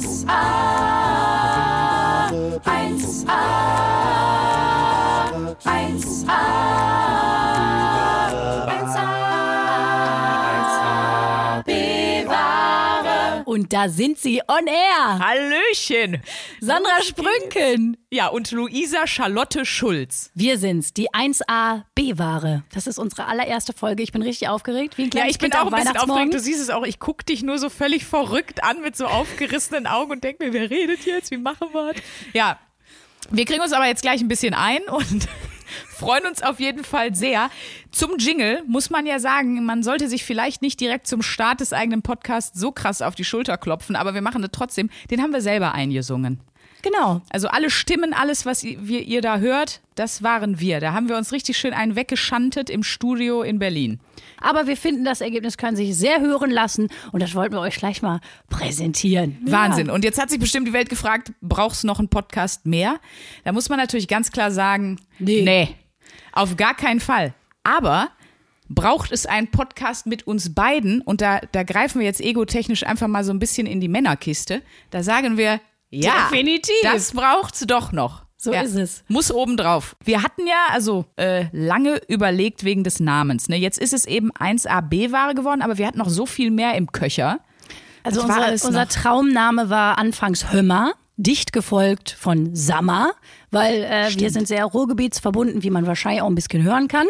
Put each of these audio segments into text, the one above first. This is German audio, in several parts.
1A, 1A, 1A, 1A, bewahre. Und da sind sie on air. Hallöchen. Sandra Sprünken. Ja, und Luisa Charlotte Schulz. Wir sind's, die 1A B-Ware. Das ist unsere allererste Folge. Ich bin richtig aufgeregt. Wie ein Ja, kleines ich bin Kind auch am ein bisschen Weihnachtsmorgen. aufgeregt. Du siehst es auch. Ich gucke dich nur so völlig verrückt an mit so aufgerissenen Augen und denke mir, wer redet jetzt? Wie machen wir das? Ja, wir kriegen uns aber jetzt gleich ein bisschen ein und freuen uns auf jeden Fall sehr. Zum Jingle muss man ja sagen, man sollte sich vielleicht nicht direkt zum Start des eigenen Podcasts so krass auf die Schulter klopfen, aber wir machen das trotzdem. Den haben wir selber eingesungen. Genau. Also alle Stimmen, alles, was ihr da hört, das waren wir. Da haben wir uns richtig schön einen weggeschantet im Studio in Berlin. Aber wir finden, das Ergebnis kann sich sehr hören lassen. Und das wollten wir euch gleich mal präsentieren. Wahnsinn. Und jetzt hat sich bestimmt die Welt gefragt, brauchst du noch einen Podcast mehr? Da muss man natürlich ganz klar sagen, nee, auf gar keinen Fall. Aber braucht es einen Podcast mit uns beiden? Und da greifen wir jetzt egotechnisch einfach mal so ein bisschen in die Männerkiste. Da sagen wir, ja, definitiv. Das braucht's doch noch. So ist es. Muss obendrauf. Wir hatten ja lange überlegt wegen des Namens. Ne? Jetzt ist es eben 1AB-Ware geworden, aber wir hatten noch so viel mehr im Köcher. Also Das war alles unser noch. Traumname war anfangs Hömmer, dicht gefolgt von Sammer, weil wir sind sehr ruhrgebietsverbunden, wie man wahrscheinlich auch ein bisschen hören kann.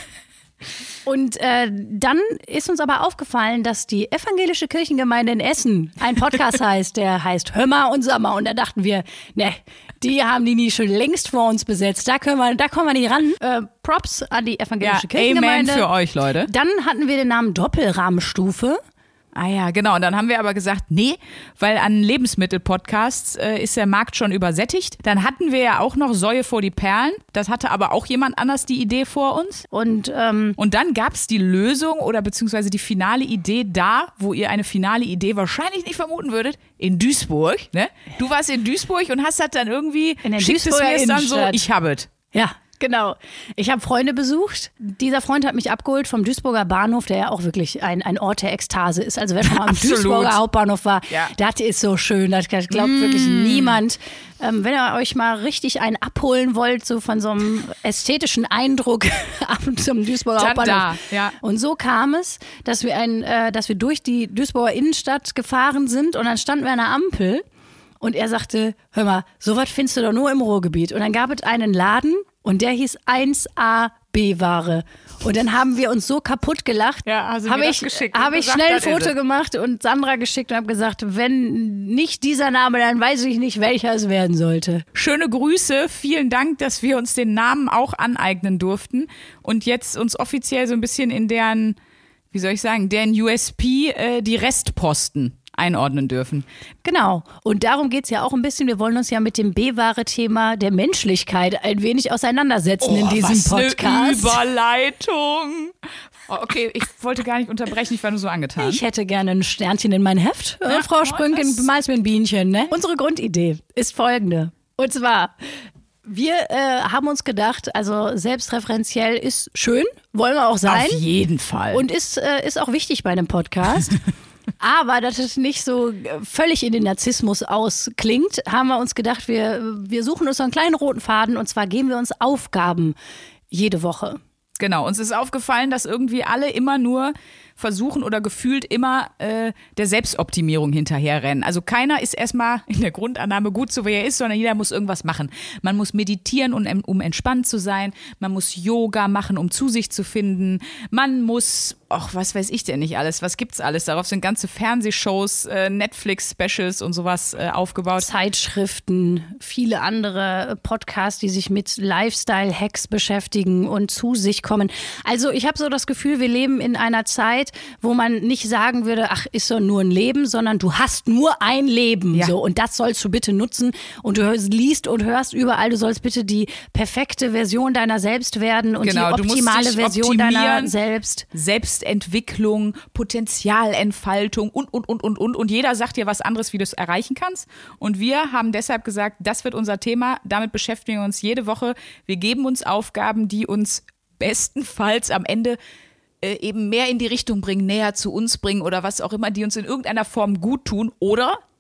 Und dann ist uns aber aufgefallen, dass die evangelische Kirchengemeinde in Essen ein Podcast heißt, der heißt Hömmer und Sammer. Und da dachten wir, ne, die haben die Nische längst vor uns besetzt. Da kommen wir nicht ran. Props an die evangelische Kirchengemeinde. Amen für euch, Leute. Dann hatten wir den Namen Doppelrahmenstufe. Ah ja, genau. Und dann haben wir aber gesagt, nee, weil an Lebensmittelpodcasts ist der Markt schon übersättigt. Dann hatten wir ja auch noch Säue vor die Perlen. Das hatte aber auch jemand anders die Idee vor uns. Und dann gab's die Lösung oder beziehungsweise die finale Idee da, wo ihr eine finale Idee wahrscheinlich nicht vermuten würdet, in Duisburg. Ne? Du warst in Duisburg und hast das dann irgendwie, In der schickt es Duisburger mir es dann so, Innenstadt. ich habe es. ja, genau. Ich habe Freunde besucht. Dieser Freund hat mich abgeholt vom Duisburger Bahnhof, der ja auch wirklich ein Ort der Ekstase ist. Also wer schon mal am Absolut. Duisburger Hauptbahnhof war, Ja. das ist so schön. Das glaubt wirklich niemand. Wenn ihr euch mal richtig einen abholen wollt, so von so einem ästhetischen Eindruck ab zum Duisburger Dann Hauptbahnhof. da, ja. Und so kam es, dass wir durch die Duisburger Innenstadt gefahren sind und dann standen wir an der Ampel und er sagte, hör mal, sowas findest du doch nur im Ruhrgebiet. Und dann gab es einen Laden und der hieß 1A B-Ware. Und dann haben wir uns so kaputt gelacht. Ja, hast du mir das geschickt und Habe ich gesagt, schnell ein das ist Foto es. gemacht und Sandra geschickt und habe gesagt, wenn nicht dieser Name, dann weiß ich nicht, welcher es werden sollte. Schöne Grüße, vielen Dank, dass wir uns den Namen auch aneignen durften und jetzt uns offiziell so ein bisschen in deren, wie soll ich sagen, deren USP die Restposten einordnen dürfen. Genau. Und darum geht's ja auch ein bisschen. Wir wollen uns ja mit dem B-Ware-Thema der Menschlichkeit ein wenig auseinandersetzen in diesem was Podcast. eine Überleitung. Oh, okay, ich wollte gar nicht unterbrechen, ich war nur so angetan. Ich hätte gerne ein Sternchen in mein Heft. Frau Sprünken, malst mir ein Bienchen, ne? Unsere Grundidee ist folgende. Und zwar, wir haben uns gedacht, also selbstreferenziell ist schön, wollen wir auch sein. Auf jeden Fall. Und ist auch wichtig bei einem Podcast. Aber dass es nicht so völlig in den Narzissmus ausklingt, haben wir uns gedacht, wir suchen uns so einen kleinen roten Faden und zwar geben wir uns Aufgaben jede Woche. Genau, uns ist aufgefallen, dass irgendwie alle immer nur versuchen oder gefühlt immer der Selbstoptimierung hinterherrennen. Also keiner ist erstmal in der Grundannahme gut so, wie er ist, sondern jeder muss irgendwas machen. Man muss meditieren, um entspannt zu sein. Man muss Yoga machen, um zu sich zu finden. Man muss, was weiß ich denn nicht alles, was gibt's alles? Darauf sind ganze Fernsehshows, Netflix-Specials und sowas aufgebaut. Zeitschriften, viele andere Podcasts, die sich mit Lifestyle-Hacks beschäftigen und zu sich kommen. Also ich habe so das Gefühl, wir leben in einer Zeit, wo man nicht sagen würde, ach, ist doch nur ein Leben, sondern du hast nur ein Leben. Ja. So, und das sollst du bitte nutzen. Und du liest und hörst überall, du sollst bitte die perfekte Version deiner selbst werden und Genau, die du musst optimale dich Version deiner optimieren. selbst. Selbstentwicklung, Potenzialentfaltung und jeder sagt dir was anderes, wie du es erreichen kannst. Und wir haben deshalb gesagt, das wird unser Thema, damit beschäftigen wir uns jede Woche. Wir geben uns Aufgaben, die uns bestenfalls am Ende eben mehr in die Richtung bringen, näher zu uns bringen oder was auch immer, die uns in irgendeiner Form gut tun oder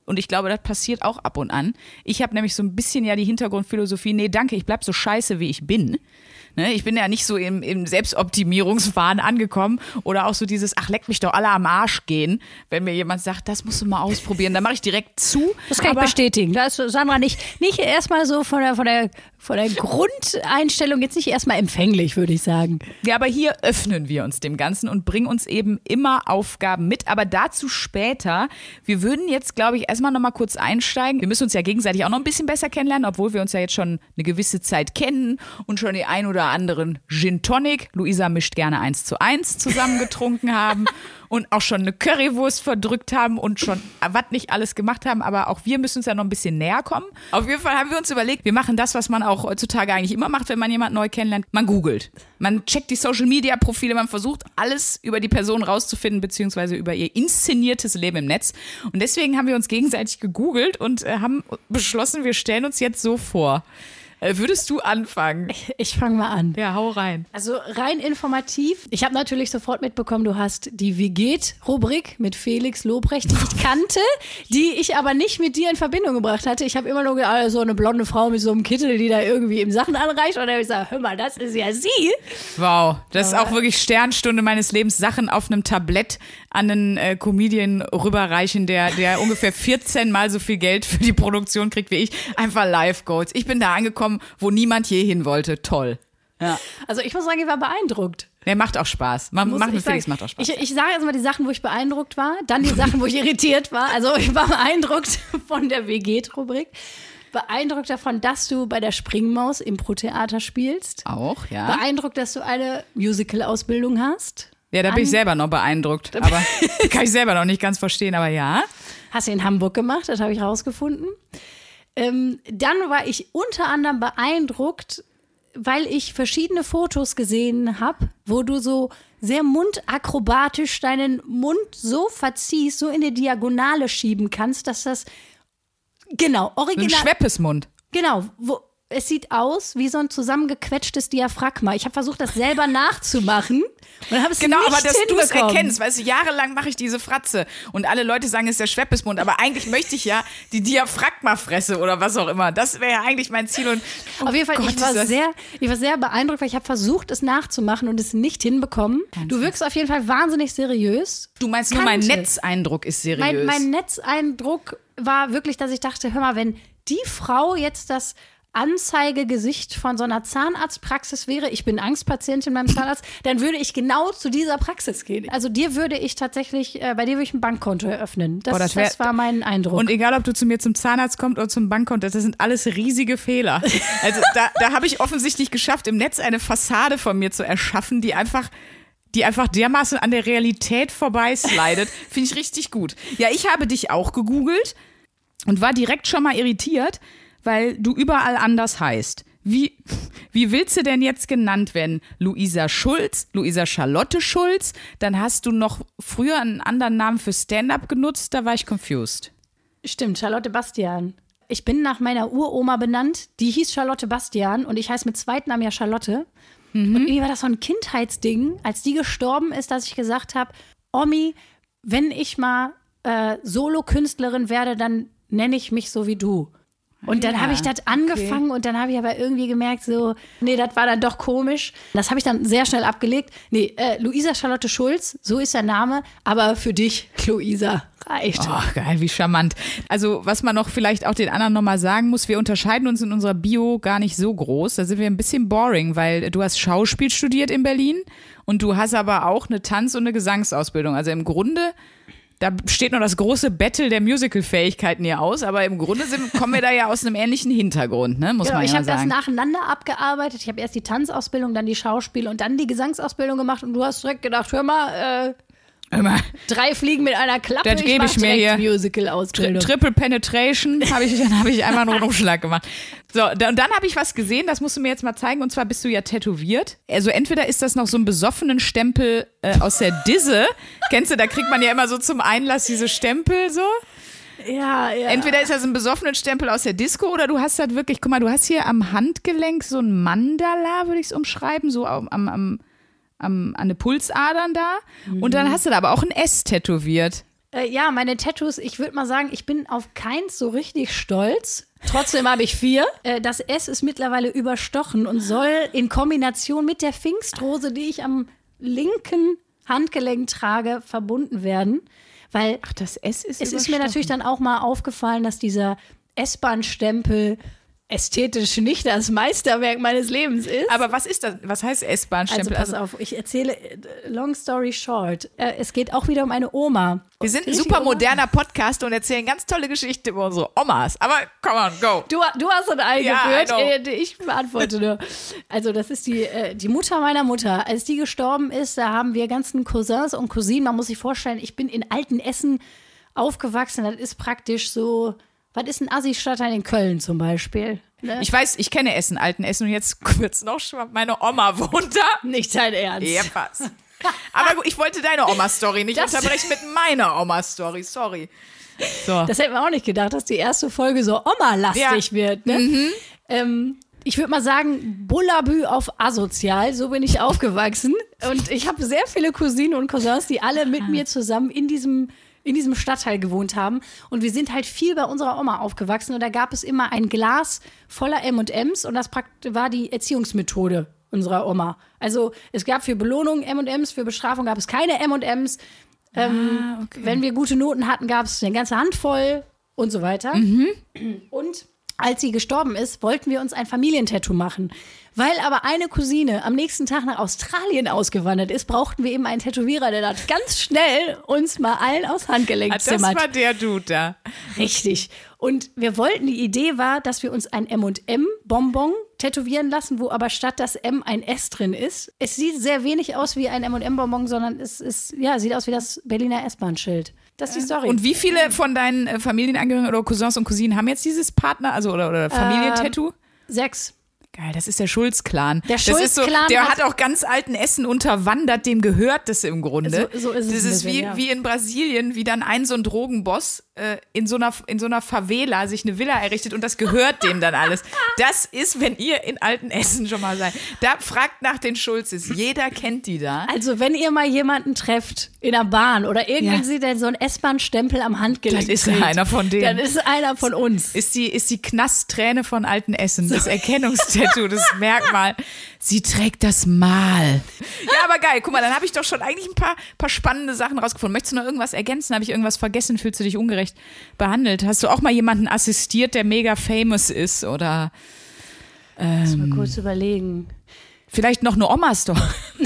und ich glaube, das passiert auch ab und an. Ich habe nämlich so ein bisschen ja die Hintergrundphilosophie, nee, danke, ich bleib so scheiße, wie ich bin. Ne, ich bin ja nicht so im Selbstoptimierungswahn angekommen oder auch so dieses, ach, leck mich doch alle am Arsch gehen, wenn mir jemand sagt, das musst du mal ausprobieren, dann mache ich direkt zu. Das kann ich bestätigen. Da ist Sandra nicht erstmal so von der Grundeinstellung jetzt nicht erstmal empfänglich, würde ich sagen. Ja, aber hier öffnen wir uns dem Ganzen und bringen uns eben immer Aufgaben mit, aber dazu später. Wir würden jetzt, glaube ich, erstmal noch mal kurz einsteigen. Wir müssen uns ja gegenseitig auch noch ein bisschen besser kennenlernen, obwohl wir uns ja jetzt schon eine gewisse Zeit kennen und schon die ein oder anderen Gin Tonic, Luisa mischt gerne 1:1, zusammengetrunken haben und auch schon eine Currywurst verdrückt haben und schon was nicht alles gemacht haben, aber auch wir müssen uns ja noch ein bisschen näher kommen. Auf jeden Fall haben wir uns überlegt, wir machen das, was man auch heutzutage eigentlich immer macht, wenn man jemanden neu kennenlernt. Man googelt. Man checkt die Social-Media-Profile, man versucht alles über die Person rauszufinden, beziehungsweise über ihr inszeniertes Leben im Netz. Und deswegen haben wir uns gegenseitig gegoogelt und haben beschlossen, wir stellen uns jetzt so vor. Würdest du anfangen? Ich fange mal an. Ja, hau rein. Also rein informativ. Ich habe natürlich sofort mitbekommen, du hast die Wie geht-Rubrik mit Felix Lobrecht, die ich kannte, die ich aber nicht mit dir in Verbindung gebracht hatte. Ich habe immer nur gedacht, so eine blonde Frau mit so einem Kittel, die da irgendwie ihm Sachen anreicht. Und dann habe ich gesagt, hör mal, das ist ja sie. Wow, das ist auch wirklich Sternstunde meines Lebens. Sachen auf einem Tablett an einen Comedian rüberreichen, der ungefähr 14 Mal so viel Geld für die Produktion kriegt wie ich. Einfach Live-Goals. Ich bin da angekommen, wo niemand je hin wollte. Toll. Ja. Also ich muss sagen, ich war beeindruckt. Der macht auch Spaß. Felix macht auch Spaß. Ich sage jetzt mal die Sachen, wo ich beeindruckt war, dann die Sachen, wo ich irritiert war. Also ich war beeindruckt von der Wie geht-Rubrik. Beeindruckt davon, dass du bei der Springmaus Impro-Theater spielst. Auch, ja. Beeindruckt, dass du eine Musical-Ausbildung hast. Ja, da bin ich selber noch beeindruckt. Aber kann ich selber noch nicht ganz verstehen, aber ja. Hast du in Hamburg gemacht, das habe ich rausgefunden. Dann war ich unter anderem beeindruckt, weil ich verschiedene Fotos gesehen habe, wo du so sehr mundakrobatisch deinen Mund so verziehst, so in die Diagonale schieben kannst, dass das, genau, original. Ein Schweppesmund. Genau, es sieht aus wie so ein zusammengequetschtes Diaphragma. Ich habe versucht, das selber nachzumachen und habe es genau, nicht aber dass du es hinbekommen. erkennst, weißt du, jahrelang mache ich diese Fratze und alle Leute sagen, es ist der Schweppesmund, aber eigentlich möchte ich ja die Diaphragmafresse oder was auch immer. Das wäre ja eigentlich mein Ziel. Und auf jeden Fall, ich war sehr beeindruckt, weil ich habe versucht, es nachzumachen und es nicht hinbekommen. Du wirkst auf jeden Fall wahnsinnig seriös. Du meinst nur, mein Netzeindruck ist seriös? Mein Netzeindruck war wirklich, dass ich dachte, hör mal, wenn die Frau jetzt das Anzeigegesicht von so einer Zahnarztpraxis wäre, ich bin Angstpatientin beim Zahnarzt, dann würde ich genau zu dieser Praxis gehen. Also bei dir würde ich ein Bankkonto eröffnen. Das war mein Eindruck. Und egal, ob du zu mir zum Zahnarzt kommst oder zum Bankkonto, das sind alles riesige Fehler. Also da habe ich offensichtlich geschafft, im Netz eine Fassade von mir zu erschaffen, die einfach dermaßen an der Realität vorbeislidet. Finde ich richtig gut. Ja, ich habe dich auch gegoogelt und war direkt schon mal irritiert, weil du überall anders heißt. Wie willst du denn jetzt genannt werden? Luisa Schulz, Luisa Charlotte Schulz? Dann hast du noch früher einen anderen Namen für Stand-up genutzt, da war ich confused. Stimmt, Charlotte Bastian. Ich bin nach meiner Uroma benannt, die hieß Charlotte Bastian und ich heiße mit Zweitnamen ja Charlotte. Und irgendwie war das so ein Kindheitsding, als die gestorben ist, dass ich gesagt habe, Omi, wenn ich mal Solokünstlerin werde, dann nenne ich mich so wie du. Und dann habe ich das angefangen und dann habe ich aber irgendwie gemerkt, so, nee, das war dann doch komisch. Das habe ich dann sehr schnell abgelegt. Nee, Luisa Charlotte Schulz, so ist der Name, aber für dich, Luisa, reicht. Oh, geil, wie charmant. Also, was man noch vielleicht auch den anderen nochmal sagen muss, wir unterscheiden uns in unserer Bio gar nicht so groß. Da sind wir ein bisschen boring, weil du hast Schauspiel studiert in Berlin und du hast aber auch eine Tanz- und eine Gesangsausbildung. Also im Grunde, da steht noch das große Battle der Musical-Fähigkeiten hier aus, aber im Grunde kommen wir da ja aus einem ähnlichen Hintergrund, ne? Muss man ja sagen. Ich habe das nacheinander abgearbeitet. Ich habe erst die Tanzausbildung, dann die Schauspiel- und dann die Gesangsausbildung gemacht und du hast direkt gedacht, hör mal, 3 Fliegen mit einer Klappe, das gebe ich mir hier. Musical-Ausbildung. Triple Penetration habe ich einmal einen Rundumschlag gemacht. So, und dann habe ich was gesehen, das musst du mir jetzt mal zeigen, und zwar bist du ja tätowiert. Also entweder ist das noch so ein besoffenen Stempel aus der Disse. Kennst du, da kriegt man ja immer so zum Einlass diese Stempel so. Ja. Entweder ist das ein besoffenen Stempel aus der Disco oder du hast halt wirklich, guck mal, du hast hier am Handgelenk so ein Mandala, würde ich es umschreiben, so an den Pulsadern da. Und dann hast du da aber auch ein S tätowiert. Ja, meine Tattoos, ich würde mal sagen, ich bin auf keins so richtig stolz. Trotzdem habe ich 4. Das S ist mittlerweile überstochen und soll in Kombination mit der Pfingstrose, die ich am linken Handgelenk trage, verbunden werden. Weil Ach, das S ist es ist mir natürlich dann auch mal aufgefallen, dass dieser S-Bahn-Stempel ästhetisch nicht das Meisterwerk meines Lebens ist. Aber was ist das? Was heißt S-Bahn-Stempel? Also pass auf, ich erzähle, long story short, es geht auch wieder um eine Oma. Wir sind ein Richtige super Oma? moderner Podcast und erzählen ganz tolle Geschichten über unsere Omas. Aber come on, go. Du hast es Ja, eingeführt, I ich beantworte nur. Also das ist die Mutter meiner Mutter. Als die gestorben ist, da haben wir ganzen Cousins und Cousinen, man muss sich vorstellen, ich bin in Altenessen aufgewachsen, das ist praktisch so, was ist ein Assi-Stadtteil in Köln zum Beispiel? Ne? Ich weiß, ich kenne Essen, Altenessen und jetzt wird's noch schwammt. Meine Oma wohnt da. Nicht dein Ernst. Ja, was. Aber gut, ich wollte deine Oma-Story nicht Das- unterbrechen mit meiner Oma-Story. Sorry. So. Das hätten wir auch nicht gedacht, dass die erste Folge so Oma-lastig wird. Ne? Ich würde mal sagen, Bullabü auf asozial, so bin ich aufgewachsen. Und ich habe sehr viele Cousinen und Cousins, die alle mit mir zusammen in diesem Stadtteil gewohnt haben. Und wir sind halt viel bei unserer Oma aufgewachsen. Und da gab es immer ein Glas voller M&Ms und das war die Erziehungsmethode unserer Oma. Also es gab für Belohnung M&Ms, für Bestrafung gab es keine M&Ms. Okay. Wenn wir gute Noten hatten, gab es eine ganze Handvoll und so weiter. Und als sie gestorben ist, wollten wir uns ein Familientattoo machen. Weil aber eine Cousine am nächsten Tag nach Australien ausgewandert ist, brauchten wir eben einen Tätowierer, der das ganz schnell uns mal allen aus Handgelenk Das zimmert. war der Dude da. Richtig. Und wir wollten, die Idee war, dass wir uns ein M&M-Bonbon tätowieren lassen, wo aber statt das M ein S drin ist. Es sieht sehr wenig aus wie ein M&M-Bonbon, sondern es ist, ja, sieht aus wie das Berliner S-Bahn-Schild. Das ist die Story. Und wie viele von deinen Familienangehörigen oder Cousins und Cousinen haben jetzt dieses Partner, also oder Familientattoo? 6. Geil, das ist der Schulz-Clan. Der Das ist so, Schulz-Clan der hat- hat auch ganz alten Essen unterwandert, dem gehört das im Grunde. So ist es Das ein ist bisschen, ja. wie in Brasilien, wie dann so ein Drogenboss in so einer Favela sich eine Villa errichtet und das gehört dem dann alles. Das ist, wenn ihr in alten Essen schon mal seid. Da fragt nach den Schulzes. Jeder kennt die da. Also wenn ihr mal jemanden trefft in der Bahn oder irgendwie der so einen S-Bahn-Stempel am Handgelenk Das ist trägt, einer von denen. dann ist einer von uns. Ist die Knastträne von alten Essen, das Erkennungstattoo, das Merkmal. Sie trägt das Mal. Ja, aber geil. Guck mal, dann habe ich doch schon eigentlich ein paar spannende Sachen rausgefunden. Möchtest du noch irgendwas ergänzen? Habe ich irgendwas vergessen? Fühlst du dich ungerecht behandelt? Hast du auch mal jemanden assistiert, der mega famous ist? Oder Muss mal kurz überlegen. vielleicht noch eine Oma-Story?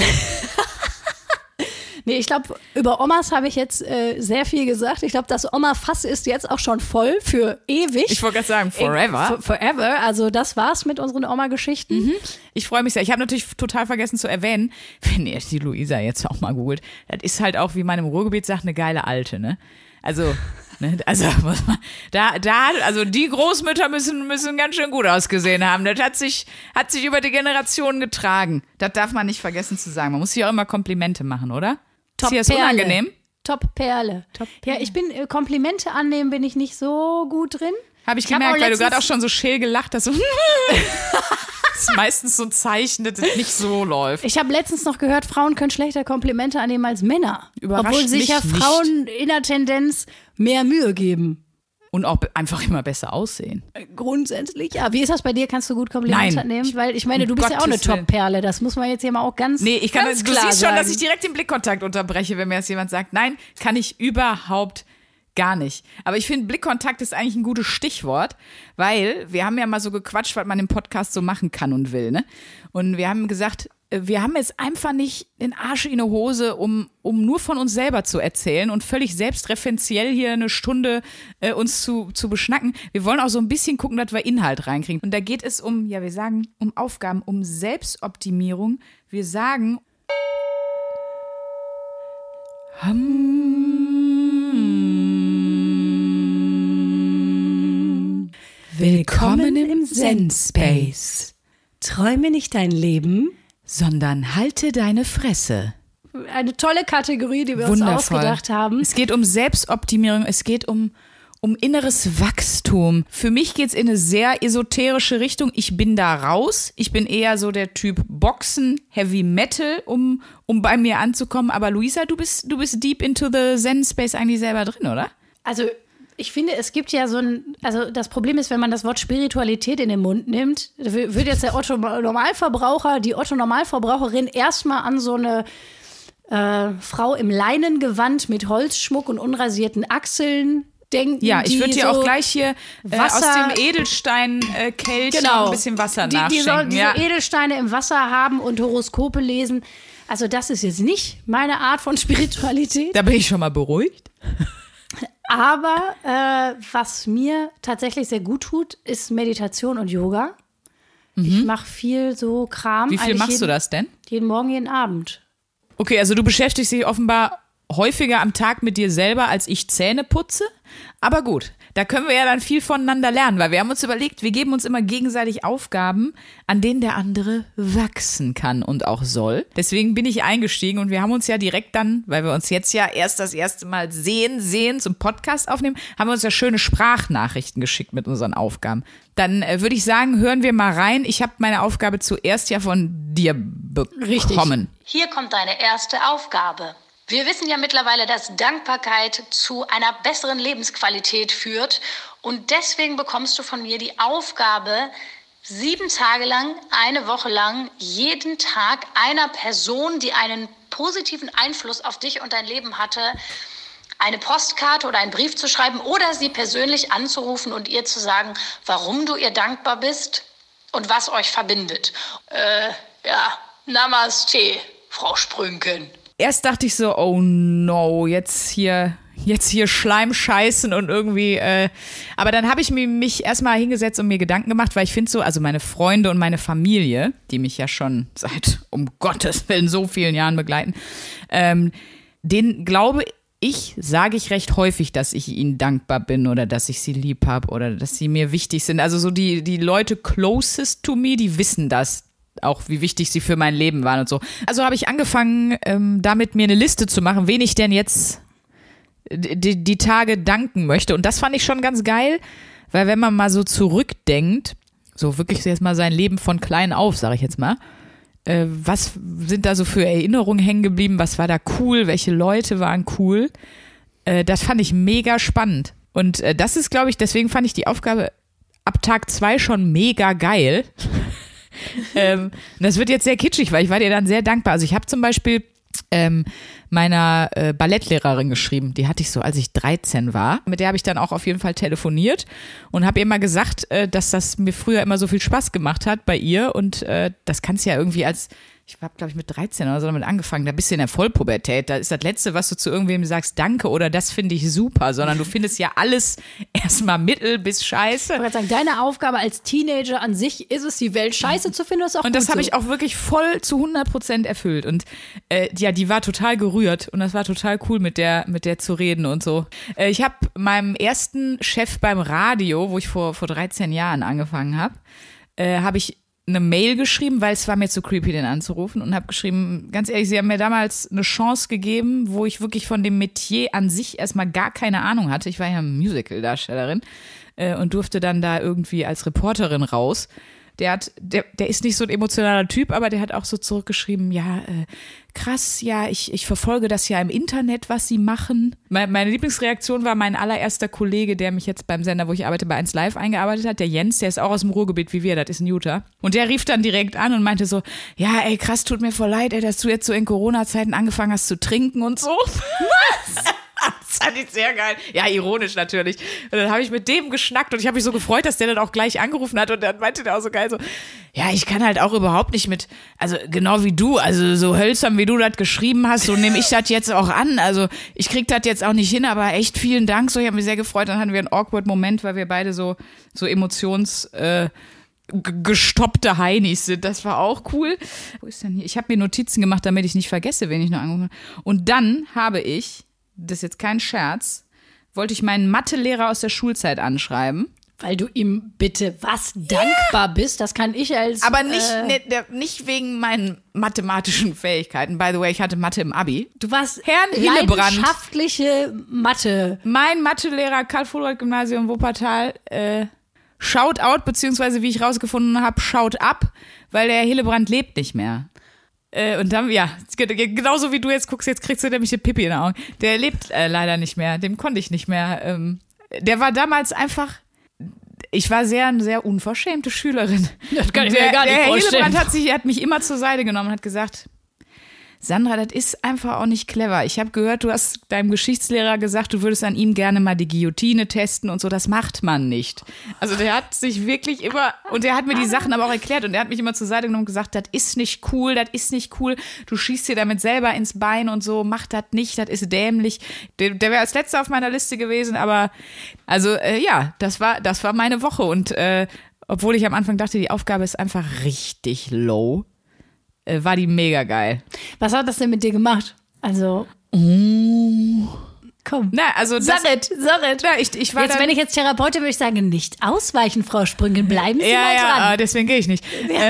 Nee, ich glaube, über Omas habe ich jetzt sehr viel gesagt. Ich glaube, das Oma-Fass ist jetzt auch schon voll für ewig. Ich wollte gerade sagen, forever. Forever. Also das war's mit unseren Oma-Geschichten. Ich freue mich sehr. Ich habe natürlich total vergessen zu erwähnen, wenn ihr die Luisa jetzt auch mal googelt, das ist halt auch, wie man im Ruhrgebiet sagt, eine geile Alte, ne? Also, ne, also muss man, also die Großmütter müssen ganz schön gut ausgesehen haben. Das hat sich über die Generationen getragen. Das darf man nicht vergessen zu sagen. Man muss sich auch immer Komplimente machen, oder? Ist dir das unangenehm? Top-Perle. Ja, ich bin, Komplimente annehmen bin ich nicht so gut drin. Habe ich hab gemerkt, auch weil du gerade auch letztens- schon so scheel gelacht hast. So das ist meistens so ein Zeichen, dass es nicht so läuft. Ich habe letztens noch gehört, Frauen können schlechter Komplimente annehmen als Männer. Überrascht obwohl sich mich ja nicht. Frauen in der Tendenz mehr Mühe geben. Und auch einfach immer besser aussehen. Grundsätzlich, ja. Wie ist das bei dir? Kannst du gut Komplimente Nein. annehmen? Weil ich meine, du bist ja auch eine Gottes Willen. Top-Perle. Das muss man jetzt hier mal auch ganz Nee, ich kann, ganz du klar siehst schon, dass sagen. ich direkt den Blickkontakt unterbreche, wenn mir das jemand sagt. Nein, kann ich überhaupt gar nicht. Aber ich finde, Blickkontakt ist eigentlich ein gutes Stichwort, weil wir haben ja mal so gequatscht, was man im Podcast so machen kann und will, ne? Und wir haben gesagt, wir haben jetzt einfach nicht den Arsch in der Hose, um nur von uns selber zu erzählen und völlig selbstreferenziell hier eine Stunde uns zu beschnacken. Wir wollen auch so ein bisschen gucken, dass wir Inhalt reinkriegen. Und da geht es um, ja, wir sagen, um Aufgaben, um Selbstoptimierung. Wir sagen, willkommen im Zen-Space. Träume nicht dein Leben. Sondern halte deine Fresse. Eine tolle Kategorie, die wir uns Wundervoll. ausgedacht haben. Es geht um Selbstoptimierung, es geht um um inneres Wachstum. Für mich geht's in eine sehr esoterische Richtung. Ich bin da raus. Ich bin eher so der Typ Boxen, Heavy Metal, um bei mir anzukommen. Aber Luisa, du bist deep into the Zen-Space eigentlich selber drin, oder? Also ich finde, es gibt ja also das Problem ist, wenn man das Wort Spiritualität in den Mund nimmt, würde jetzt der Otto-Normalverbraucher, die Otto-Normalverbraucherin erstmal an so eine Frau im Leinengewand mit Holzschmuck und unrasierten Achseln denken. Ja, ich würde dir so auch gleich hier aus dem Edelstein-Kelch ein bisschen Wasser nachschenken. Die so Edelsteine im Wasser haben und Horoskope lesen. Also das ist jetzt nicht meine Art von Spiritualität. Da bin ich schon mal beruhigt. Aber was mir tatsächlich sehr gut tut, ist Meditation und Yoga. Ich mache viel so Kram. Wie viel machst du das denn? Jeden Morgen, jeden Abend. Okay, also du beschäftigst dich offenbar häufiger am Tag mit dir selber, als ich Zähne putze. Aber gut, da können wir ja dann viel voneinander lernen, weil wir haben uns überlegt, wir geben uns immer gegenseitig Aufgaben, an denen der andere wachsen kann und auch soll. Deswegen bin ich eingestiegen und wir haben uns ja direkt dann, weil wir uns jetzt ja erst das erste Mal sehen, zum Podcast aufnehmen, haben wir uns ja schöne Sprachnachrichten geschickt mit unseren Aufgaben. Dann würde ich sagen, hören wir mal rein. Ich habe meine Aufgabe zuerst ja von dir bekommen. Richtig. Hier kommt deine erste Aufgabe. Wir wissen ja mittlerweile, dass Dankbarkeit zu einer besseren Lebensqualität führt. Und deswegen bekommst du von mir die Aufgabe, 7 Tage lang, eine Woche lang, jeden Tag einer Person, die einen positiven Einfluss auf dich und dein Leben hatte, eine Postkarte oder einen Brief zu schreiben oder sie persönlich anzurufen und ihr zu sagen, warum du ihr dankbar bist und was euch verbindet. Namaste, Frau Sprünken. Erst dachte ich so, oh no, jetzt hier Schleim scheißen und irgendwie, aber dann habe ich mich erstmal hingesetzt und mir Gedanken gemacht, weil ich finde so, also meine Freunde und meine Familie, die mich ja schon seit, um Gottes Willen, so vielen Jahren begleiten, denen sage ich recht häufig, dass ich ihnen dankbar bin oder dass ich sie lieb habe oder dass sie mir wichtig sind. Also so die Leute closest to me, die wissen das. Auch wie wichtig sie für mein Leben waren und so. Also habe ich angefangen, damit mir eine Liste zu machen, wen ich denn jetzt die Tage danken möchte. Und das fand ich schon ganz geil, weil wenn man mal so zurückdenkt, so wirklich jetzt mal sein Leben von klein auf, sage ich jetzt mal, was sind da so für Erinnerungen hängen geblieben, was war da cool, welche Leute waren cool, das fand ich mega spannend. Und das ist, glaube ich, deswegen fand ich die Aufgabe ab Tag 2 schon mega geil. Das wird jetzt sehr kitschig, weil ich war dir dann sehr dankbar. Also ich habe zum Beispiel meiner Ballettlehrerin geschrieben, die hatte ich so, als ich 13 war. Mit der habe ich dann auch auf jeden Fall telefoniert und habe ihr mal gesagt, dass das mir früher immer so viel Spaß gemacht hat bei ihr und das kannst du ja irgendwie ich habe, glaube ich, mit 13 oder so damit angefangen, da bist du in der Vollpubertät, da ist das Letzte, was du zu irgendwem sagst, danke oder das finde ich super, sondern du findest ja alles erstmal mittel bis scheiße. Ich wollte sagen, deine Aufgabe als Teenager an sich ist es, die Welt scheiße zu finden, ist auch und das gut habe so. ich auch wirklich voll zu 100% erfüllt und die war total gerührt und das war total cool, mit der zu reden und so. Ich habe meinem ersten Chef beim Radio, wo ich vor 13 Jahren angefangen habe, habe ich eine Mail geschrieben, weil es war mir zu creepy, den anzurufen und habe geschrieben, ganz ehrlich, sie haben mir damals eine Chance gegeben, wo ich wirklich von dem Metier an sich erstmal gar keine Ahnung hatte. Ich war ja Musical-Darstellerin und durfte dann da irgendwie als Reporterin raus. Der ist nicht so ein emotionaler Typ, aber der hat auch so zurückgeschrieben, ja, krass, ja, ich verfolge das ja im Internet, was sie machen. Meine Lieblingsreaktion war mein allererster Kollege, der mich jetzt beim Sender, wo ich arbeite, bei 1Live eingearbeitet hat, der Jens, der ist auch aus dem Ruhrgebiet wie wir, das ist in Utah. Und der rief dann direkt an und meinte so, ja, ey, krass, tut mir voll leid, ey, dass du jetzt so in Corona-Zeiten angefangen hast zu trinken und so. Was? Das fand ich sehr geil. Ja, ironisch natürlich. Und dann habe ich mit dem geschnackt und ich habe mich so gefreut, dass der dann auch gleich angerufen hat und dann meinte der auch so geil so, ja, ich kann halt auch überhaupt nicht also genau wie du, also so hölzern, wie du das geschrieben hast, so nehme ich das jetzt auch an. Also ich krieg das jetzt auch nicht hin, aber echt vielen Dank. So, ich habe mich sehr gefreut. Dann hatten wir einen awkward Moment, weil wir beide so gestoppte Heinis sind. Das war auch cool. Wo ist denn hier? Ich habe mir Notizen gemacht, damit ich nicht vergesse, wen ich noch angerufen habe. Und dann habe ich, das ist jetzt kein Scherz, wollte ich meinen Mathelehrer aus der Schulzeit anschreiben Weil du ihm bitte was dankbar bist, das kann ich als... Aber nicht wegen meinen mathematischen Fähigkeiten. By the way, ich hatte Mathe im Abi. Du warst Herrn Hillebrand. leidenschaftliche Mathe. Mein Mathelehrer Karl-Fulroth-Gymnasium Wuppertal, shout out, beziehungsweise wie ich rausgefunden habe, shout up, weil der Herr Hillebrand lebt nicht mehr. Und dann, ja, genauso wie du jetzt guckst, jetzt kriegst du nämlich eine Pipi in den Augen. Der lebt leider nicht mehr, dem konnte ich nicht mehr. Der war damals einfach, ich war eine sehr unverschämte Schülerin. Das kann ich mir gar nicht vorstellen. Der Herr Hillebrand hat mich immer zur Seite genommen und hat gesagt, Sandra, das ist einfach auch nicht clever. Ich habe gehört, du hast deinem Geschichtslehrer gesagt, du würdest an ihm gerne mal die Guillotine testen und so. Das macht man nicht. Also der hat sich wirklich immer, und der hat mir die Sachen aber auch erklärt und der hat mich immer zur Seite genommen und gesagt, das ist nicht cool, du schießt dir damit selber ins Bein und so, mach das nicht, das ist dämlich. Der wäre als letzter auf meiner Liste gewesen, aber also ja, das war meine Woche und obwohl ich am Anfang dachte, die Aufgabe ist einfach richtig low, war die mega geil. Was hat das denn mit dir gemacht? Also, komm. Na, also Sag es. Na, ich war Jetzt, wenn ich jetzt Therapeutin würde ich sagen, nicht ausweichen, Frau Sprüngen, bleiben Sie mal dran. Ja, deswegen gehe ich nicht.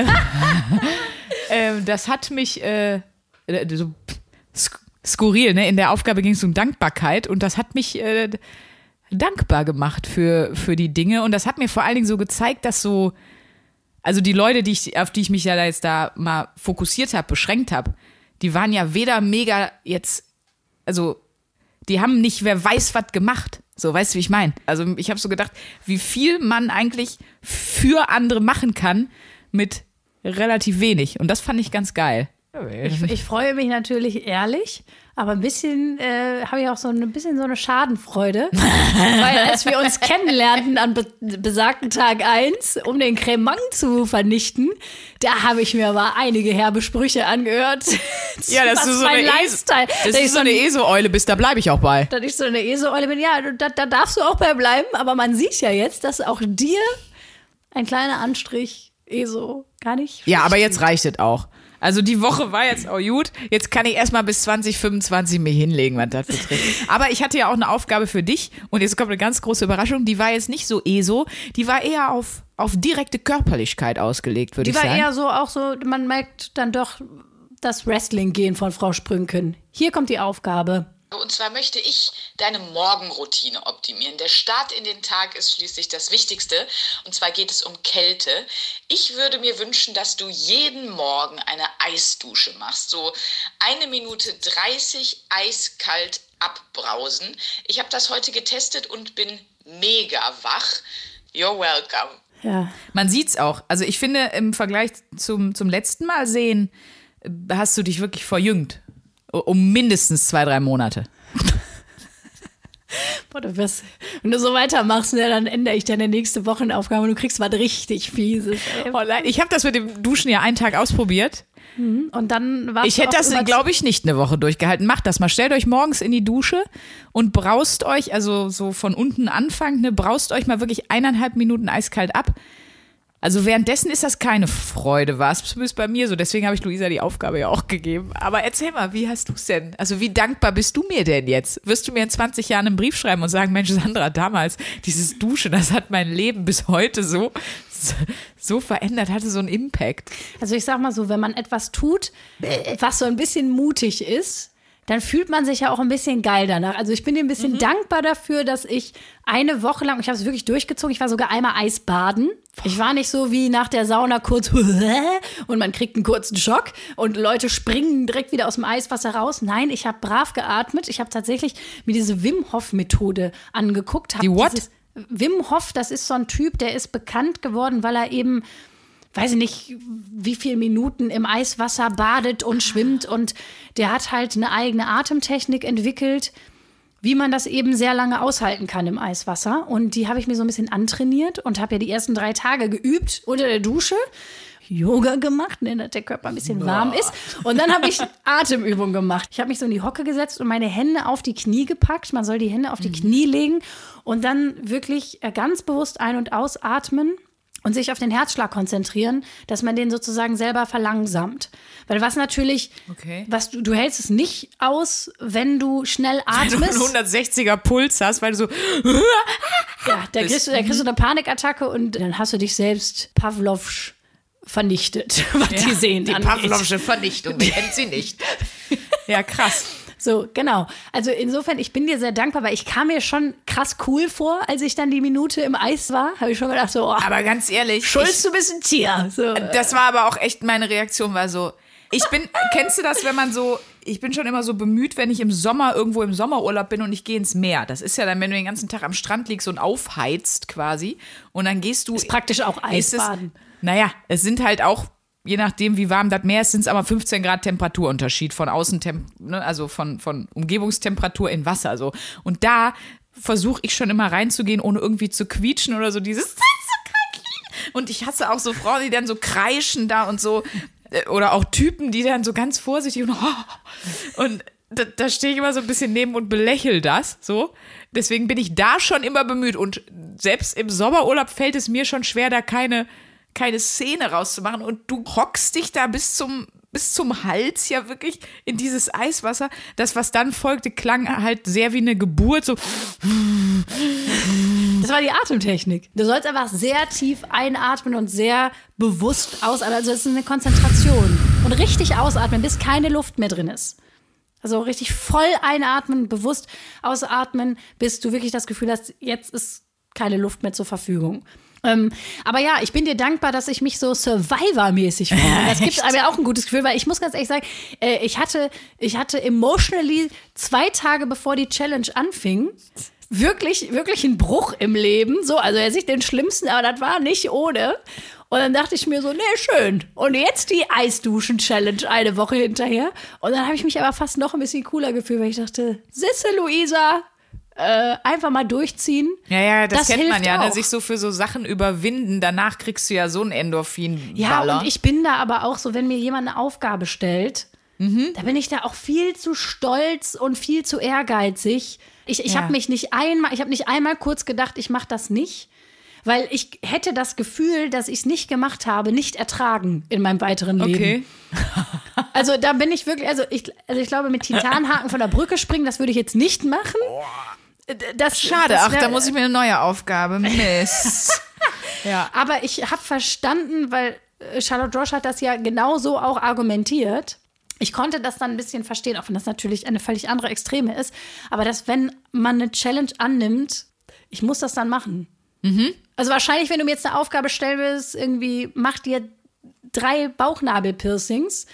Das hat mich so skurril, ne? In der Aufgabe ging es um Dankbarkeit und das hat mich dankbar gemacht für die Dinge und das hat mir vor allen Dingen so gezeigt, dass so, also die Leute, auf die ich mich ja jetzt da mal fokussiert habe, beschränkt habe, die waren ja weder mega jetzt, also die haben nicht wer weiß was gemacht. So, weißt du, wie ich meine? Also ich habe so gedacht, wie viel man eigentlich für andere machen kann mit relativ wenig. Und das fand ich ganz geil. Ich freue mich natürlich ehrlich, aber ein bisschen habe ich auch so eine Schadenfreude. Weil als wir uns kennenlernten an besagten Tag 1, um den Cremant zu vernichten, da habe ich mir aber einige herbe Sprüche angehört. Ja, dass du so eine Lifestyle. Dass du so eine ESO-Eule bist, da bleibe ich auch bei. Dass ich so eine ESO-Eule bin, ja, da darfst du auch bei bleiben, aber man sieht ja jetzt, dass auch dir ein kleiner Anstrich ESO gar nicht. Ja, aber jetzt reicht es auch. Also die Woche war jetzt auch gut. Jetzt kann ich erstmal bis 2025 mich hinlegen, was das betrifft. Aber ich hatte ja auch eine Aufgabe für dich und jetzt kommt eine ganz große Überraschung. Die war jetzt nicht so ESO, die war eher auf direkte Körperlichkeit ausgelegt, würde ich sagen. Die war eher so, auch so, man merkt dann doch das Wrestling-Gehen von Frau Sprünken. Hier kommt die Aufgabe. Und zwar möchte ich deine Morgenroutine optimieren. Der Start in den Tag ist schließlich das Wichtigste. Und zwar geht es um Kälte. Ich würde mir wünschen, dass du jeden Morgen eine Eisdusche machst. So 1 Minute 30 eiskalt abbrausen. Ich habe das heute getestet und bin mega wach. You're welcome. Ja. Man sieht's auch. Also ich finde, im Vergleich zum letzten Mal sehen, hast du dich wirklich verjüngt. Um mindestens 2-3 Monate. Boah, wenn du so weitermachst, ne, dann ändere ich deine nächste Wochenaufgabe und du kriegst was richtig Fieses. Ich habe das mit dem Duschen ja einen Tag ausprobiert. Und dann war ich hätte das, glaube ich, nicht eine Woche durchgehalten. Macht das mal. Stellt euch morgens in die Dusche und braust euch, also so von unten anfangen, ne, braust euch mal wirklich 1,5 Minuten eiskalt ab. Also währenddessen ist das keine Freude, war es zumindest bei mir so. Deswegen habe ich Luisa die Aufgabe ja auch gegeben. Aber erzähl mal, wie hast du es denn? Also wie dankbar bist du mir denn jetzt? Wirst du mir in 20 Jahren einen Brief schreiben und sagen, Mensch, Sandra, damals dieses Duschen, das hat mein Leben bis heute so verändert, hatte so einen Impact. Also ich sag mal so, wenn man etwas tut, was so ein bisschen mutig ist, dann fühlt man sich ja auch ein bisschen geil danach. Also ich bin dir ein bisschen dankbar dafür, dass ich eine Woche lang, ich habe es wirklich durchgezogen, ich war sogar einmal Eisbaden. Ich war nicht so wie nach der Sauna kurz und man kriegt einen kurzen Schock und Leute springen direkt wieder aus dem Eiswasser raus. Nein, ich habe brav geatmet. Ich habe tatsächlich mir diese Wim Hof Methode angeguckt. Die what? Wim Hof, das ist so ein Typ, der ist bekannt geworden, weil er eben, weiß ich nicht, wie viele Minuten im Eiswasser badet und schwimmt und der hat halt eine eigene Atemtechnik entwickelt, wie man das eben sehr lange aushalten kann im Eiswasser. Und die habe ich mir so ein bisschen antrainiert und habe ja die ersten 3 Tage geübt unter der Dusche, Yoga gemacht, dass der Körper ein bisschen warm ist. Und dann habe ich Atemübungen gemacht. Ich habe mich so in die Hocke gesetzt und meine Hände auf die Knie gepackt. Man soll die Hände auf die Knie legen und dann wirklich ganz bewusst ein- und ausatmen. und sich auf den Herzschlag konzentrieren, dass man den sozusagen selber verlangsamt. Weil was natürlich, du hältst es nicht aus, wenn du schnell atmest. Wenn du einen 160er Puls hast, weil du so ja, da kriegst du eine Panikattacke und dann hast du dich selbst Pavlovsch vernichtet, was die Sehen angeht. Die Pavlovsche Vernichtung, wir kennen sie nicht. Ja, krass. So, genau. Also insofern, ich bin dir sehr dankbar, weil ich kam mir schon krass cool vor, als ich dann die Minute im Eis war. Habe ich schon gedacht so, aber ganz ehrlich. Schulz, du bist ein Tier. So. Das war aber auch echt, meine Reaktion war so, kennst du das, wenn man so, ich bin schon immer so bemüht, wenn ich im Sommer irgendwo im Sommerurlaub bin und ich gehe ins Meer. Das ist ja dann, wenn du den ganzen Tag am Strand liegst und aufheizt quasi und dann gehst du. Ist praktisch auch Eisbaden. Naja, es sind halt auch, je nachdem, wie warm das Meer ist, sind es aber 15 Grad Temperaturunterschied von also von Umgebungstemperatur in Wasser. So. Und da versuche ich schon immer reinzugehen, ohne irgendwie zu quietschen oder so dieses und ich hasse auch so Frauen, die dann so kreischen da und so. Oder auch Typen, die dann so ganz vorsichtig und da stehe ich immer so ein bisschen neben und belächle das. So. Deswegen bin ich da schon immer bemüht. Und selbst im Sommerurlaub fällt es mir schon schwer, da keine Szene rauszumachen und du hockst dich da bis zum Hals ja wirklich in dieses Eiswasser. Das, was dann folgte, klang halt sehr wie eine Geburt, so. Das war die Atemtechnik. Du sollst einfach sehr tief einatmen und sehr bewusst ausatmen. Also es ist eine Konzentration. Und richtig ausatmen, bis keine Luft mehr drin ist. Also richtig voll einatmen, bewusst ausatmen, bis du wirklich das Gefühl hast, jetzt ist keine Luft mehr zur Verfügung. Aber ja, ich bin dir dankbar, dass ich mich so Survivor-mäßig fühle. Das gibt mir auch ein gutes Gefühl, weil ich muss ganz ehrlich sagen, ich hatte emotionally 2 Tage bevor die Challenge anfing, wirklich einen Bruch im Leben. So, also jetzt nicht den schlimmsten, aber das war nicht ohne. Und dann dachte ich mir so, nee, schön. Und jetzt die Eisduschen-Challenge eine Woche hinterher. Und dann habe ich mich aber fast noch ein bisschen cooler gefühlt, weil ich dachte, Sisse, Luisa, einfach mal durchziehen. Ja, das kennt man ja, auch. Ne? Sich so für so Sachen überwinden. Danach kriegst du ja so ein Endorphin-Baller. Ja, und ich bin da aber auch so, wenn mir jemand eine Aufgabe stellt, da bin ich da auch viel zu stolz und viel zu ehrgeizig. Ich habe nicht einmal kurz gedacht, ich mache das nicht, weil ich hätte das Gefühl, dass ich es nicht gemacht habe, nicht ertragen in meinem weiteren Leben. Okay. Also da bin ich wirklich, ich glaube, mit Titanhaken von der Brücke springen, das würde ich jetzt nicht machen. Schade, da muss ich mir eine neue Aufgabe. Mist. Ja. Aber ich habe verstanden, weil Charlotte Roche hat das ja genauso auch argumentiert. Ich konnte das dann ein bisschen verstehen, auch wenn das natürlich eine völlig andere Extreme ist. Aber dass, wenn man eine Challenge annimmt, ich muss das dann machen. Mhm. Also wahrscheinlich, wenn du mir jetzt eine Aufgabe stellen willst, irgendwie mach dir 3 Bauchnabelpiercings.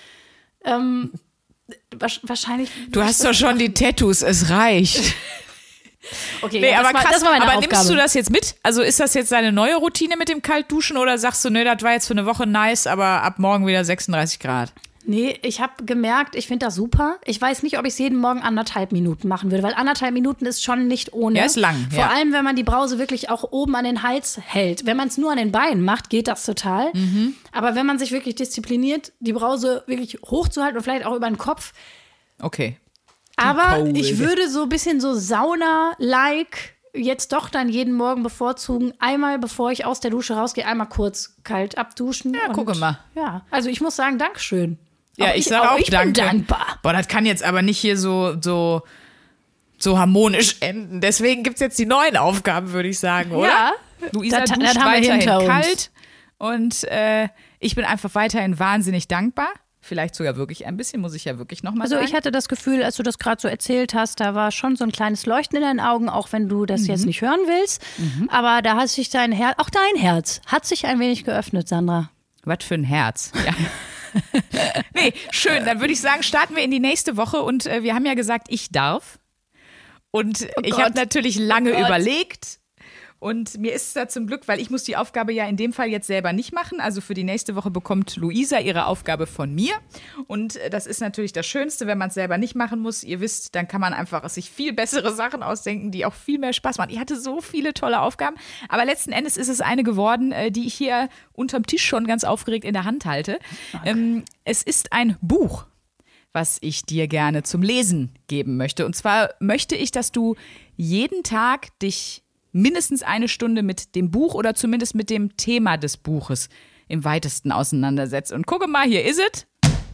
Wahrscheinlich. Du hast doch schon die Tattoos, es reicht. Okay, nee, aber krass, das war meine aber Aufgabe. Nimmst du das jetzt mit? Also ist das jetzt deine neue Routine mit dem Kaltduschen oder sagst du, nee, das war jetzt für eine Woche nice, aber ab morgen wieder 36 Grad? Nee, ich habe gemerkt, ich finde das super. Ich weiß nicht, ob ich es jeden Morgen 1,5 Minuten machen würde, weil 1,5 Minuten ist schon nicht ohne. Ja, ist lang. Vor allem, wenn man die Brause wirklich auch oben an den Hals hält. Wenn man es nur an den Beinen macht, geht das total. Mhm. Aber wenn man sich wirklich diszipliniert, die Brause wirklich hochzuhalten und vielleicht auch über den Kopf. Okay. Aber ich würde so ein bisschen so Sauna-like jetzt doch dann jeden Morgen bevorzugen, einmal bevor ich aus der Dusche rausgehe, einmal kurz kalt abduschen. Ja, gucke mal. Ja, also ich muss sagen, Dankeschön. Ja, ich sage auch Danke. Bin dankbar. Boah, das kann jetzt aber nicht hier so harmonisch enden. Deswegen gibt es jetzt die neuen Aufgaben, würde ich sagen, oder? Ja. Luisa duscht weiterhin kalt und ich bin einfach weiterhin wahnsinnig dankbar. Vielleicht sogar wirklich ein bisschen, muss ich ja wirklich nochmal sagen. Also ich hatte das Gefühl, als du das gerade so erzählt hast, da war schon so ein kleines Leuchten in deinen Augen, auch wenn du das jetzt nicht hören willst. Aber da hat sich dein Herz hat sich ein wenig geöffnet, Sandra. Was für ein Herz. Ja. Nee, schön. Dann würde ich sagen, starten wir in die nächste Woche. Und wir haben ja gesagt, ich darf. Und ich habe natürlich lange überlegt. Und mir ist es da zum Glück, weil ich muss die Aufgabe ja in dem Fall jetzt selber nicht machen. Also für die nächste Woche bekommt Luisa ihre Aufgabe von mir. Und das ist natürlich das Schönste, wenn man es selber nicht machen muss. Ihr wisst, dann kann man einfach sich viel bessere Sachen ausdenken, die auch viel mehr Spaß machen. Ich hatte so viele tolle Aufgaben. Aber letzten Endes ist es eine geworden, die ich hier unterm Tisch schon ganz aufgeregt in der Hand halte. Okay. Es ist ein Buch, was ich dir gerne zum Lesen geben möchte. Und zwar möchte ich, dass du jeden Tag dich mindestens eine Stunde mit dem Buch oder zumindest mit dem Thema des Buches im weitesten auseinandersetzt. Und gucke mal, hier ist es.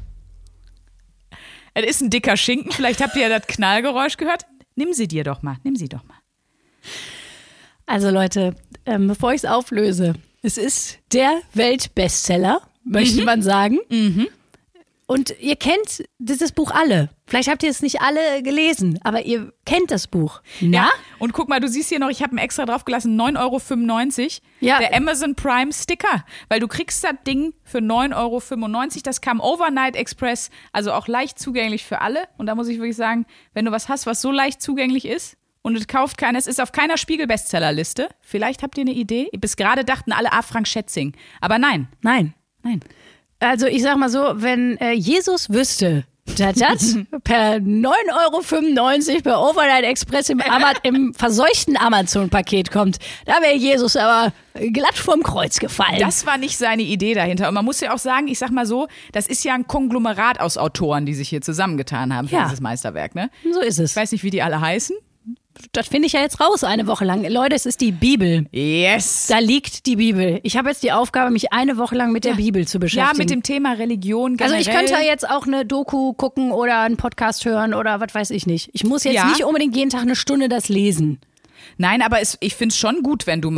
Es ist ein dicker Schinken. Vielleicht habt ihr ja das Knallgeräusch gehört. Nimm sie doch mal. Also Leute, bevor ich es auflöse, es ist der Weltbestseller, möchte man sagen. Und ihr kennt dieses Buch alle. Vielleicht habt ihr es nicht alle gelesen, aber ihr kennt das Buch. Na? Ja. Und guck mal, du siehst hier noch, ich habe einen extra drauf gelassen, 9,95 €. Ja. Der Amazon Prime Sticker. Weil du kriegst das Ding für 9,95 €. Das kam Overnight Express, also auch leicht zugänglich für alle. Und da muss ich wirklich sagen, wenn du was hast, was so leicht zugänglich ist und es kauft keiner, es ist auf keiner Spiegel-Bestsellerliste. Vielleicht habt ihr eine Idee. Bis gerade dachten alle, Frank Schätzing. Aber nein. Also ich sag mal so, wenn Jesus wüsste, dass das per 9,95 € per Overnight Express im verseuchten Amazon-Paket kommt, da wäre Jesus aber glatt vom Kreuz gefallen. Das war nicht seine Idee dahinter. Und man muss ja auch sagen, ich sag mal so, das ist ja ein Konglomerat aus Autoren, die sich hier zusammengetan haben für dieses Meisterwerk. Ne? So ist es. Ich weiß nicht, wie die alle heißen. Das finde ich ja jetzt raus, eine Woche lang. Leute, es ist die Bibel. Yes. Da liegt die Bibel. Ich habe jetzt die Aufgabe, mich eine Woche lang mit der Bibel zu beschäftigen. Ja, mit dem Thema Religion generell. Also ich könnte jetzt auch eine Doku gucken oder einen Podcast hören oder was weiß ich nicht. Ich muss jetzt nicht unbedingt jeden Tag eine Stunde das lesen. Nein, aber ich finde es schon gut, wenn du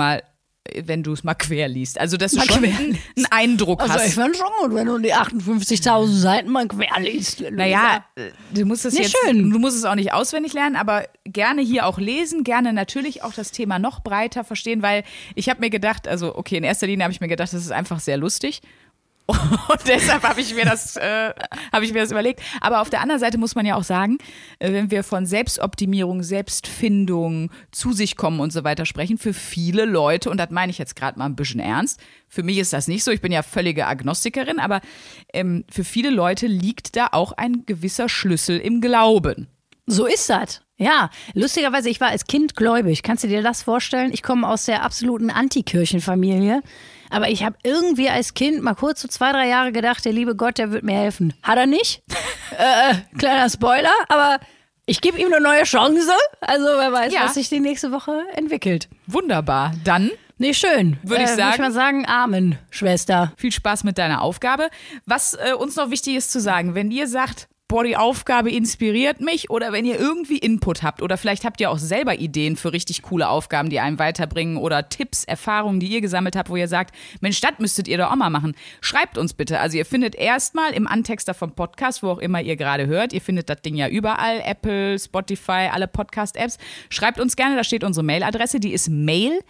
es mal quer liest. Also, dass du schon einen Eindruck hast. Also ich finde schon gut, wenn du die 58.000 Seiten mal quer liest. Naja, du musst es schön. Du musst es auch nicht auswendig lernen, aber gerne hier auch lesen, gerne natürlich auch das Thema noch breiter verstehen, weil ich habe mir gedacht, also okay, in erster Linie habe ich mir gedacht, das ist einfach sehr lustig. Und deshalb habe ich mir das überlegt. Aber auf der anderen Seite muss man ja auch sagen, wenn wir von Selbstoptimierung, Selbstfindung, zu sich kommen und so weiter sprechen, für viele Leute, und das meine ich jetzt gerade mal ein bisschen ernst, für mich ist das nicht so, ich bin ja völlige Agnostikerin, aber für viele Leute liegt da auch ein gewisser Schlüssel im Glauben. So ist das. Ja, lustigerweise, ich war als Kind gläubig. Kannst du dir das vorstellen? Ich komme aus der absoluten Antikirchenfamilie. Aber ich habe irgendwie als Kind mal kurz so 2-3 Jahre gedacht, der liebe Gott, der wird mir helfen. Hat er nicht? Kleiner Spoiler, aber ich gebe ihm eine neue Chance. Also wer weiß, was sich die nächste Woche entwickelt. Wunderbar. Dann schön. Würde ich sagen. Würde ich mal sagen, Amen, Schwester. Viel Spaß mit deiner Aufgabe. Was uns noch wichtig ist zu sagen, wenn ihr sagt, boah, die Aufgabe inspiriert mich, oder wenn ihr irgendwie Input habt oder vielleicht habt ihr auch selber Ideen für richtig coole Aufgaben, die einem weiterbringen oder Tipps, Erfahrungen, die ihr gesammelt habt, wo ihr sagt, Mensch, das müsstet ihr doch auch mal machen. Schreibt uns bitte. Also ihr findet erstmal im Antexter vom Podcast, wo auch immer ihr gerade hört, ihr findet das Ding ja überall, Apple, Spotify, alle Podcast-Apps. Schreibt uns gerne, da steht unsere Mailadresse, die ist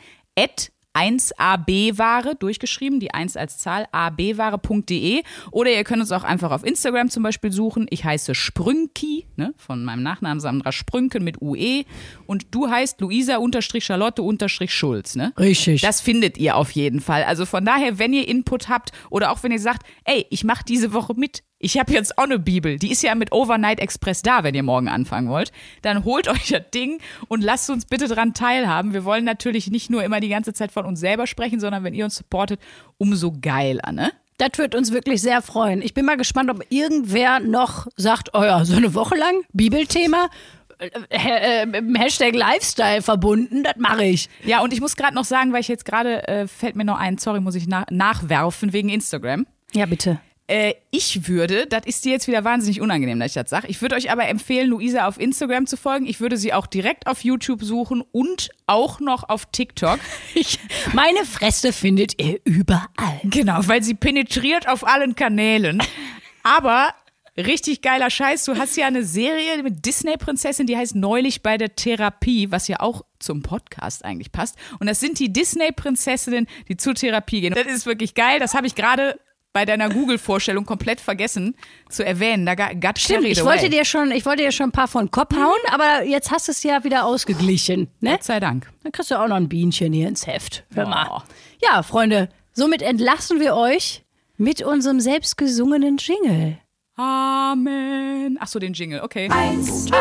mail@1abware, durchgeschrieben, die 1 als Zahl, abware.de, oder ihr könnt uns auch einfach auf Instagram zum Beispiel suchen. Ich heiße Sprünki, ne, von meinem Nachnamen Sandra Sprünken mit UE, und du heißt Luisa-Charlotte-Schulz, ne? Richtig. Das findet ihr auf jeden Fall. Also von daher, wenn ihr Input habt oder auch wenn ihr sagt, ey, ich mache diese Woche mit, ich habe jetzt auch eine Bibel, die ist ja mit Overnight Express da, wenn ihr morgen anfangen wollt, dann holt euch das Ding und lasst uns bitte dran teilhaben. Wir wollen natürlich nicht nur immer die ganze Zeit von uns selber sprechen, sondern wenn ihr uns supportet, umso geiler, ne? Das wird uns wirklich sehr freuen. Ich bin mal gespannt, ob irgendwer noch sagt, oh ja, so eine Woche lang Bibelthema, Hashtag Lifestyle verbunden, das mache ich. Ja, und ich muss gerade noch sagen, weil ich jetzt gerade, fällt mir noch ein, sorry, muss ich nachwerfen wegen Instagram. Ja, bitte. Ich würde, das ist dir jetzt wieder wahnsinnig unangenehm, dass ich das sage, ich würde euch aber empfehlen, Luisa auf Instagram zu folgen. Ich würde sie auch direkt auf YouTube suchen und auch noch auf TikTok. Meine Fresse findet ihr überall. Genau, weil sie penetriert auf allen Kanälen. Aber richtig geiler Scheiß, du hast ja eine Serie mit Disney-Prinzessin, die heißt Neulich bei der Therapie, was ja auch zum Podcast eigentlich passt. Und das sind die Disney-Prinzessinnen, die zur Therapie gehen. Das ist wirklich geil, das habe ich gerade bei deiner Google-Vorstellung komplett vergessen zu erwähnen. Da got Stimmt, ich wollte dir schon ein paar von Kopf hauen, aber jetzt hast du es ja wieder ausgeglichen. Ne? Gott sei Dank. Dann kriegst du auch noch ein Bienchen hier ins Heft. Hör mal. Oh. Ja, Freunde, somit entlassen wir euch mit unserem selbstgesungenen Jingle. Amen. Ach so, den Jingle, okay. 1A,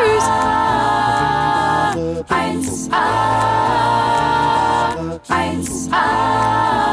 1A, 1A.